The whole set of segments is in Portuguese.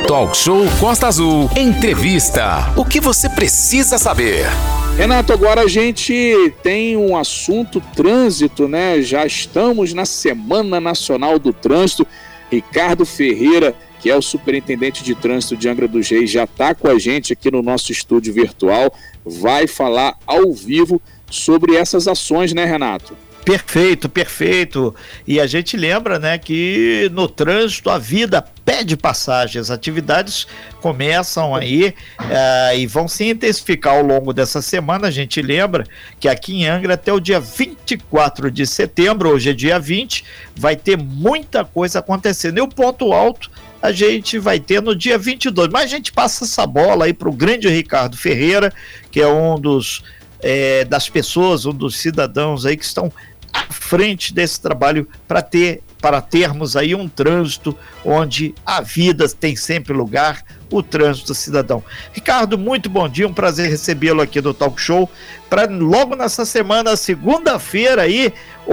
Talk Show Costa Azul. Entrevista. O que você precisa saber? Renato, agora a gente tem um assunto trânsito, né? Já estamos na Semana Nacional do Trânsito. Ricardo Ferreira, que é o superintendente de trânsito de Angra dos Reis, já está com a gente aqui no nosso estúdio virtual. Vai falar ao vivo sobre essas ações, né, Renato? Perfeito. E a gente lembra, né, que no trânsito a vida pede passagem. As atividades começam aí e vão se intensificar ao longo dessa semana. A gente lembra que aqui em Angra até o dia 24 de setembro, hoje é dia 20, vai ter muita coisa acontecendo. E o ponto alto a gente vai ter no dia 22. Mas a gente passa essa bola aí para o grande Ricardo Ferreira, que é um das pessoas, um dos cidadãos aí que estão à frente desse trabalho para termos aí um trânsito onde a vida tem sempre lugar, o trânsito cidadão. Ricardo, muito bom dia, um prazer recebê-lo aqui do Talk Show, para logo nessa semana, segunda-feira aí,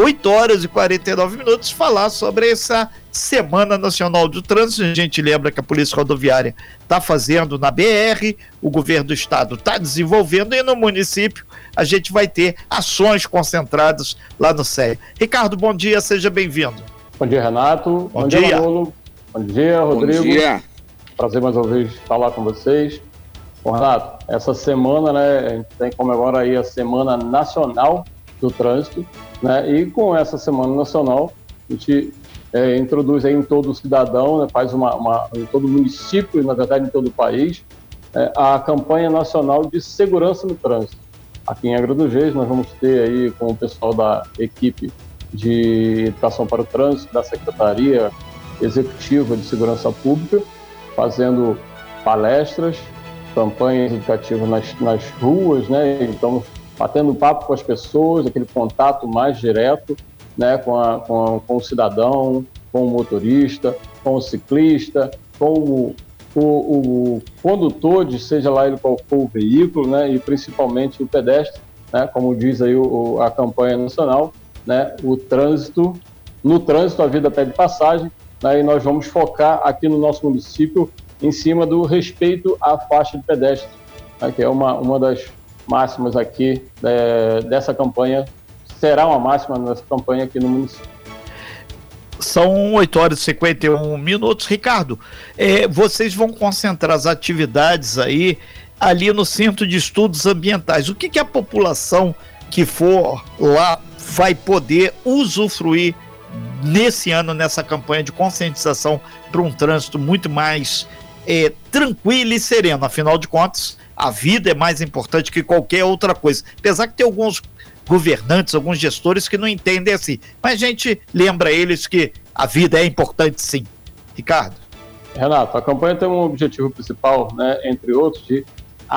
8h49, falar sobre essa Semana Nacional do Trânsito. A gente lembra que a Polícia Rodoviária está fazendo na BR, o governo do estado está desenvolvendo e no município a gente vai ter ações concentradas lá no CEA. Ricardo, bom dia, seja bem-vindo. Bom dia, Renato. Bom dia, Manolo. Bom dia, Rodrigo. Bom dia. Prazer mais uma vez falar com vocês. Bom, Renato, essa semana, né, a gente tem comemora aí a Semana Nacional do Trânsito, né, e com essa Semana Nacional a gente introduz aí em todo o cidadão, né, faz em todo o município, na verdade em todo o país, a campanha nacional de segurança no trânsito. Aqui em Angra dos Reis nós vamos ter aí com o pessoal da equipe de Educação para o Trânsito, da Secretaria Executiva de Segurança Pública, fazendo palestras, campanhas educativas nas ruas, né? Então, batendo papo com as pessoas, aquele contato mais direto, né? com o cidadão, com o motorista, com o ciclista, com o condutor, seja lá ele qual for o veículo, né? E principalmente o pedestre, né? Como diz aí a campanha nacional, né? No trânsito a vida pede passagem, né? E nós vamos focar aqui no nosso município em cima do respeito à faixa de pedestre, né? Que é uma das máximas aqui dessa campanha, será uma máxima nessa campanha aqui no município. São 8h51. Ricardo, vocês vão concentrar as atividades aí ali no Centro de Estudos Ambientais. O que a população que for lá vai poder usufruir nesse ano, nessa campanha de conscientização para um trânsito muito mais tranquilo e sereno? Afinal de contas, a vida é mais importante que qualquer outra coisa. Apesar que tem alguns governantes, alguns gestores que não entendem assim, mas a gente lembra eles que a vida é importante sim. Ricardo. Renato, a campanha tem um objetivo principal, né, entre outros, de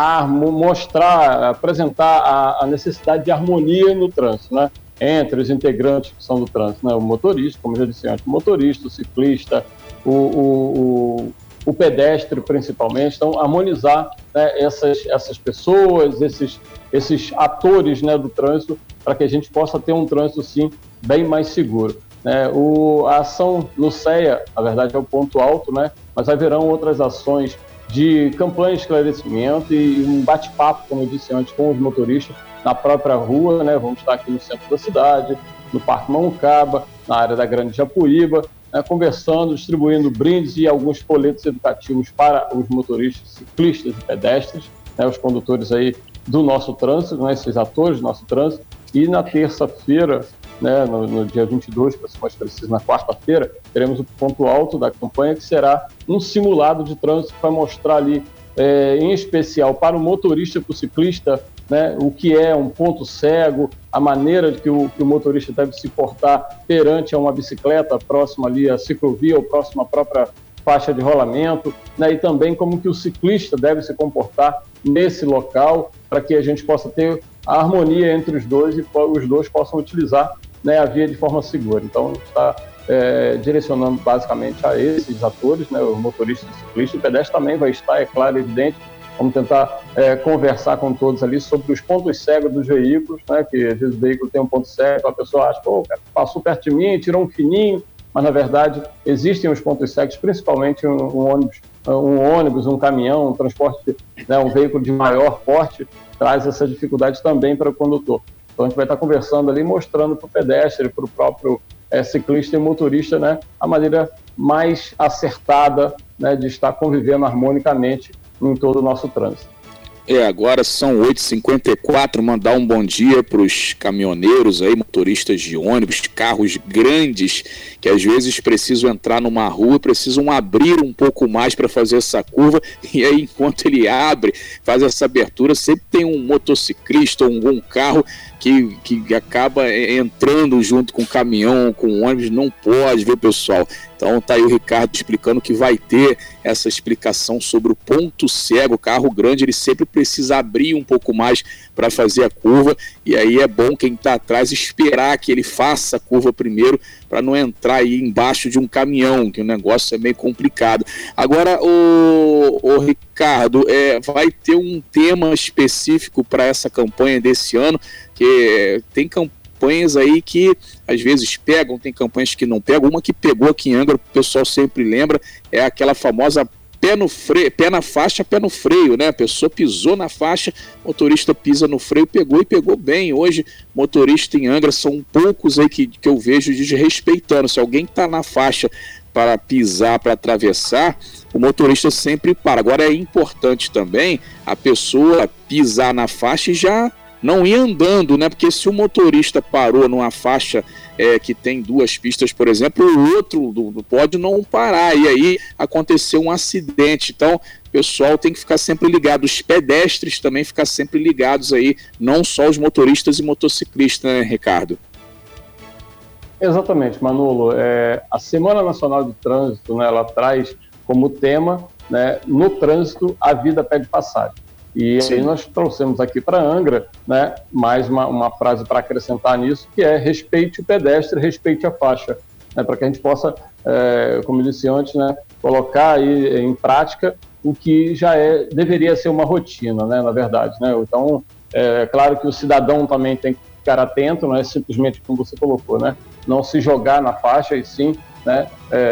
apresentar a necessidade de harmonia no trânsito, né, entre os integrantes que são do trânsito, né, o motorista, como eu já disse antes, o motorista, o ciclista, o pedestre principalmente. Então, harmonizar, né, essas pessoas, esses atores, né, do trânsito, para que a gente possa ter um trânsito, sim, bem mais seguro. A ação no CEA, na verdade, é o ponto alto, né, mas haverão outras ações de campanha de esclarecimento e um bate-papo, como eu disse antes, com os motoristas na própria rua, né. Vamos estar aqui no centro da cidade, no Parque Mamucaba, na área da Grande Japuíba, né, conversando, distribuindo brindes e alguns folhetos educativos para os motoristas, ciclistas e pedestres, né, os condutores aí do nosso trânsito, né, esses atores do nosso trânsito. E na terça-feira, né, no dia 22, para ser mais preciso, na quarta-feira, teremos o ponto alto da campanha, que será um simulado de trânsito para mostrar ali, em especial para o motorista e para o ciclista, né, o que é um ponto cego, a maneira que o motorista deve se portar perante a uma bicicleta próxima ali à ciclovia ou próxima à própria faixa de rolamento, né, e também como que o ciclista deve se comportar nesse local, para que a gente possa ter a harmonia entre os dois e os dois possam utilizar, né, a via de forma segura. Então, está direcionando basicamente a esses atores, né, os motoristas e ciclistas. O pedestre também vai estar, é claro, evidente. Vamos tentar conversar com todos ali sobre os pontos cegos dos veículos, né, que às vezes o veículo tem um ponto cego, a pessoa acha, cara, passou perto de mim, tirou um fininho, mas na verdade existem os pontos cegos, principalmente um ônibus, um caminhão, um transporte, né, um veículo de maior porte, traz essa dificuldade também para o condutor. Então a gente vai estar conversando ali, mostrando para o pedestre, para o próprio ciclista e motorista, né, a maneira mais acertada, né, de estar convivendo harmonicamente em todo o nosso trânsito. Agora são 8h54, mandar um bom dia para os caminhoneiros aí, motoristas de ônibus, carros grandes, que às vezes precisam entrar numa rua, precisam abrir um pouco mais para fazer essa curva, e aí enquanto ele abre, faz essa abertura, sempre tem um motociclista ou um carro que acaba entrando junto com o caminhão, com o ônibus, não pode, viu, pessoal? Então tá aí o Ricardo explicando que vai ter essa explicação sobre o ponto cego. O carro grande, ele sempre precisa abrir um pouco mais para fazer a curva, e aí é bom quem está atrás esperar que ele faça a curva primeiro, para não entrar aí embaixo de um caminhão, que o negócio é meio complicado. Agora, o Ricardo, vai ter um tema específico para essa campanha desse ano, que tem campanhas aí que às vezes pegam, tem campanhas que não pegam. Uma que pegou aqui em Angra, o pessoal sempre lembra, é aquela famosa pé na faixa, pé no freio, né? A pessoa pisou na faixa, o motorista pisa no freio, pegou e pegou bem. Hoje, motorista em Angra, são poucos aí que eu vejo desrespeitando. Se alguém está na faixa para pisar, para atravessar, o motorista sempre para. Agora é importante também a pessoa pisar na faixa e já não ir andando, né? Porque se o motorista parou numa faixa que tem duas pistas, por exemplo, o outro pode não parar, e aí aconteceu um acidente. Então, o pessoal tem que ficar sempre ligado, os pedestres também ficar sempre ligados aí, não só os motoristas e motociclistas, né, Ricardo? Exatamente, Manolo. A Semana Nacional de Trânsito, né, ela traz como tema, né, no trânsito a vida pede passagem. E aí nós trouxemos aqui para Angra, né, mais uma frase para acrescentar nisso, que é: respeite o pedestre, respeite a faixa, né, para que a gente possa, como eu disse antes, né, colocar aí em prática o que já deveria ser uma rotina, né, na verdade, né? Então, é claro que o cidadão também tem que ficar atento, não é simplesmente como você colocou, né, não se jogar na faixa, e sim, né,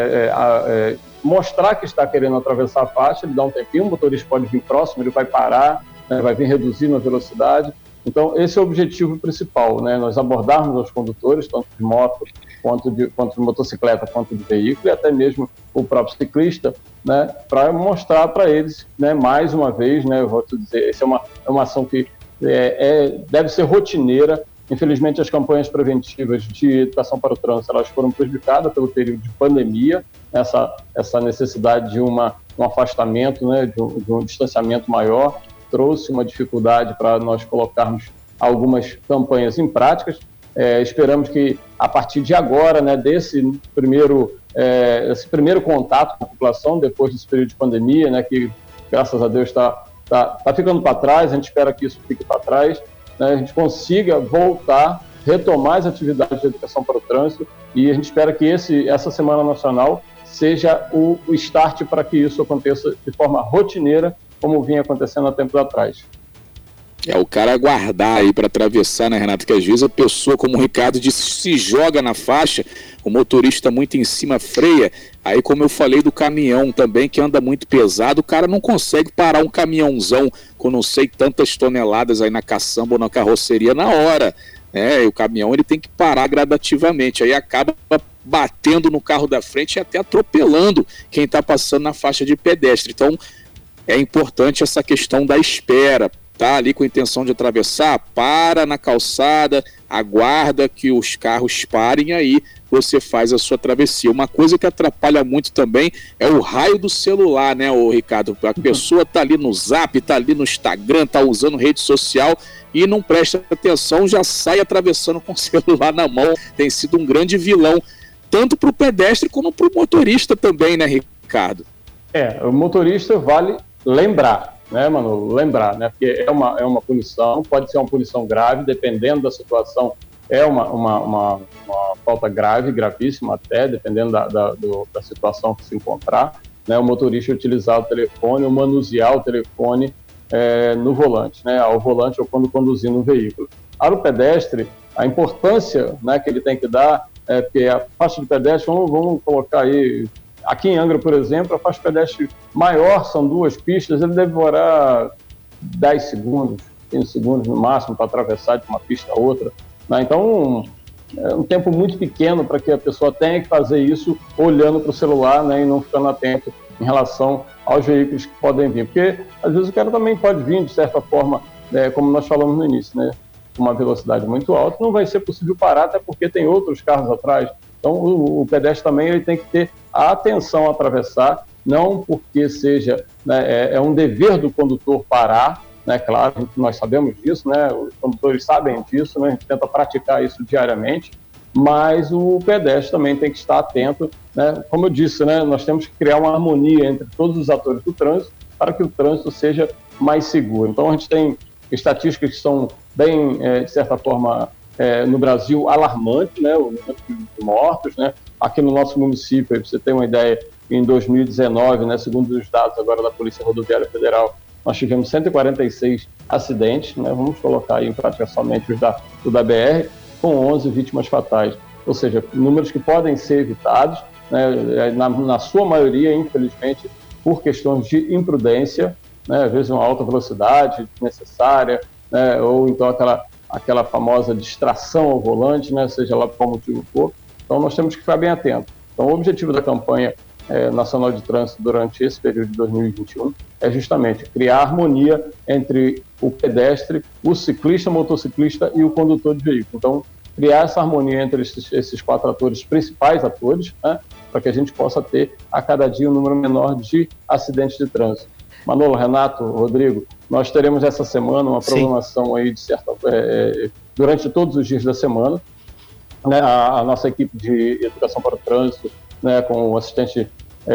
mostrar que está querendo atravessar a faixa, ele dá um tempinho, o motorista pode vir próximo, ele vai parar, né, vai vir reduzindo a velocidade. Então, esse é o objetivo principal, né, nós abordarmos os condutores, tanto de moto, quanto de motocicleta, quanto de veículo, e até mesmo o próprio ciclista, né, para mostrar para eles, né, mais uma vez, né, eu vou te dizer, essa é uma ação que deve ser rotineira. Infelizmente, as campanhas preventivas de educação para o trânsito, elas foram prejudicadas pelo período de pandemia, essa necessidade de um afastamento, né, de um distanciamento maior, trouxe uma dificuldade para nós colocarmos algumas campanhas em práticas. Esperamos que, a partir de agora, né, desse primeiro contato com a população, depois desse período de pandemia, né, que, graças a Deus, está ficando para trás, a gente espera que isso fique para trás, né, a gente consiga retomar as atividades de educação para o trânsito, e a gente espera que essa Semana Nacional seja o start para que isso aconteça de forma rotineira, como vinha acontecendo há tempos atrás. O cara aguardar aí para atravessar, né, Renato? Que às vezes a pessoa, como o Ricardo disse, se joga na faixa, o motorista muito em cima freia. Aí, como eu falei do caminhão também, que anda muito pesado, o cara não consegue parar um caminhãozão com não sei tantas toneladas aí na caçamba ou na carroceria na hora. E o caminhão ele tem que parar gradativamente, aí acaba batendo no carro da frente e até atropelando quem está passando na faixa de pedestre. Então, é importante essa questão da espera. Tá ali com a intenção de atravessar, para na calçada, aguarda que os carros parem, aí você faz a sua travessia. Uma coisa que atrapalha muito também é o raio do celular, né, Ricardo? A pessoa tá ali no Zap, tá ali no Instagram, tá usando rede social e não presta atenção, já sai atravessando com o celular na mão. Tem sido um grande vilão, tanto para o pedestre como para o motorista também, né, Ricardo? O motorista vale lembrar, né, mano? Lembrar, né? Porque é uma punição, pode ser uma punição grave, dependendo da situação, é uma falta grave, gravíssima até, dependendo da situação que se encontrar, né? O motorista utilizar o telefone ou manusear o telefone no volante, né? Ao volante ou quando conduzindo um veículo. Para o pedestre, a importância, né, que ele tem que dar porque a faixa de pedestre, vamos colocar aí, aqui em Angra, por exemplo, a faixa de pedestre maior são 2 pistas, ele deve demorar 10 segundos, 15 segundos no máximo para atravessar de uma pista a outra, né? Então, é um tempo muito pequeno para que a pessoa tenha que fazer isso olhando para o celular, né, e não ficando atento em relação aos veículos que podem vir. Porque, às vezes, o cara também pode vir, de certa forma, como nós falamos no início, né, com uma velocidade muito alta, não vai ser possível parar, até porque tem outros carros atrás. Então, o pedestre também ele tem que ter a atenção a atravessar, não porque seja, né, é um dever do condutor parar, né, claro, nós sabemos disso, né, os condutores sabem disso, né, a gente tenta praticar isso diariamente, mas o pedestre também tem que estar atento, né, como eu disse, né, nós temos que criar uma harmonia entre todos os atores do trânsito para que o trânsito seja mais seguro. Então a gente tem estatísticas que são bem, de certa forma, no Brasil, alarmantes, né, o número de mortos, né, aqui no nosso município, para você ter uma ideia, em 2019, né, segundo os dados agora da Polícia Rodoviária Federal, nós tivemos 146 acidentes, né? Vamos colocar aí em prática somente os da BR, com 11 vítimas fatais. Ou seja, números que podem ser evitados, né? Na sua maioria, infelizmente, por questões de imprudência, né? Às vezes uma alta velocidade desnecessária, né? Ou então aquela famosa distração ao volante, né? Seja lá por qual motivo for. Então nós temos que ficar bem atentos. Então o objetivo da campanha nacional de trânsito durante esse período de 2021 é justamente criar harmonia entre o pedestre, o ciclista, o motociclista e o condutor de veículo. Então, criar essa harmonia entre esses 4 atores, principais atores, né, para que a gente possa ter a cada dia um número menor de acidentes de trânsito. Manolo, Renato, Rodrigo, nós teremos essa semana uma programação aí durante todos os dias da semana, né, a nossa equipe de educação para o trânsito, né, com o assistente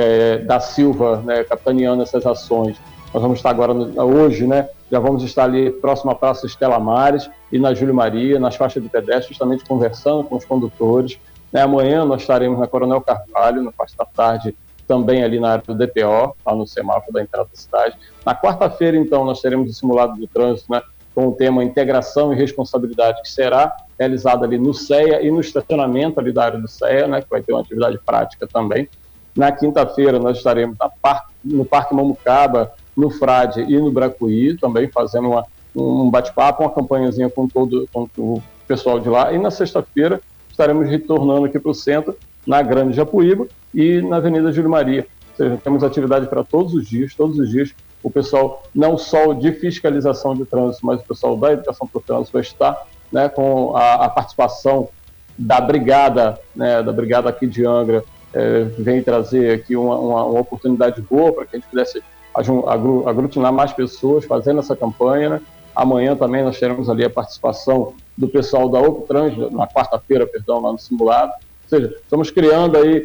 da Silva, né, capitaneando essas ações. Nós vamos estar agora, hoje, né, já vamos estar ali próximo à Praça Estela Maris e na Júlio Maria, nas faixas de pedestre, justamente conversando com os condutores. Né, amanhã nós estaremos na Coronel Carvalho, na parte da tarde, também ali na área do DPO, lá no semáforo da entrada da cidade. Na quarta-feira, então, nós teremos o simulado do trânsito, né, com o tema Integração e Responsabilidade, que será realizado ali no CEA e no estacionamento ali da área do CEA, né, que vai ter uma atividade prática também. Na quinta-feira nós estaremos no Parque Mamucaba, no Frade e no Bracuí, também fazendo um bate-papo, uma campanhazinha com o pessoal de lá. E na sexta-feira estaremos retornando aqui para o centro, na Grande Japuíba e na Avenida Júlio Maria. Ou seja, temos atividade para todos os dias o pessoal não só de fiscalização de trânsito, mas o pessoal da educação para o trânsito vai estar, né, com a participação da brigada, né, da brigada aqui de Angra, vem trazer aqui uma oportunidade boa para que a gente pudesse aglutinar mais pessoas fazendo essa campanha, né? Amanhã também nós teremos ali a participação do pessoal da Optrans, na quarta-feira, lá no simulado. Ou seja, estamos criando aí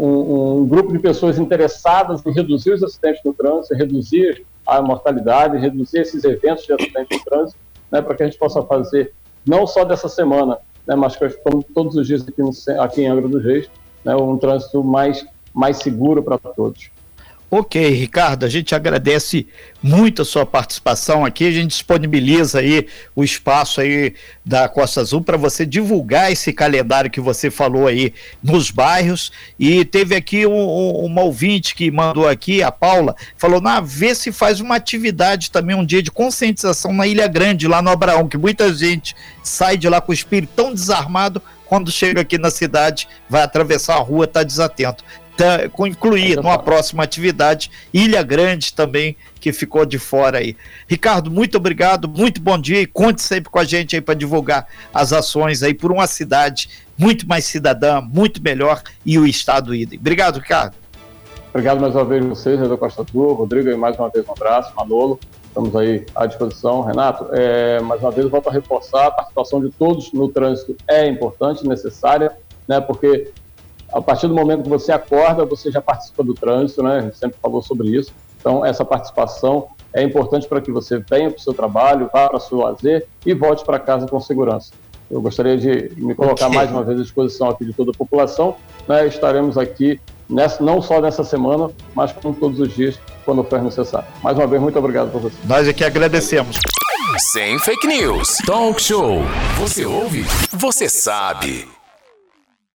um grupo de pessoas interessadas em reduzir os acidentes no trânsito, reduzir a mortalidade, reduzir esses eventos de acidentes no trânsito, né, para que a gente possa fazer, não só dessa semana, né, mas todos os dias aqui em Angra dos Reis, né, um trânsito mais seguro para todos. Ok, Ricardo, a gente agradece muito a sua participação aqui, a gente disponibiliza aí o espaço aí da Costa Azul para você divulgar esse calendário que você falou aí nos bairros, e teve aqui uma ouvinte que mandou aqui, a Paula, falou, vê se faz uma atividade também, um dia de conscientização na Ilha Grande, lá no Abraão, que muita gente sai de lá com o espírito tão desarmado, quando chega aqui na cidade, vai atravessar a rua, está desatento. Incluir numa próxima atividade Ilha Grande também, que ficou de fora aí. Ricardo, muito obrigado, muito bom dia, e conte sempre com a gente aí para divulgar as ações aí por uma cidade muito mais cidadã, muito melhor, e o estado idem. Obrigado, Ricardo. Obrigado mais uma vez a vocês, Renato Costa Azul, Rodrigo, e mais uma vez um abraço, Manolo, estamos aí à disposição. Renato, mais uma vez eu volto a reforçar, a participação de todos no trânsito é importante, necessária, né, porque a partir do momento que você acorda, você já participa do trânsito, né? A gente sempre falou sobre isso. Então, essa participação é importante para que você venha para o seu trabalho, vá para o seu lazer e volte para casa com segurança. Eu gostaria de me colocar mais uma vez à disposição aqui de toda a população, né? Estaremos aqui, não só nessa semana, mas como todos os dias, quando for necessário. Mais uma vez, muito obrigado por você. Nós aqui agradecemos. Sem fake news. Talk show. Você ouve? Você sabe.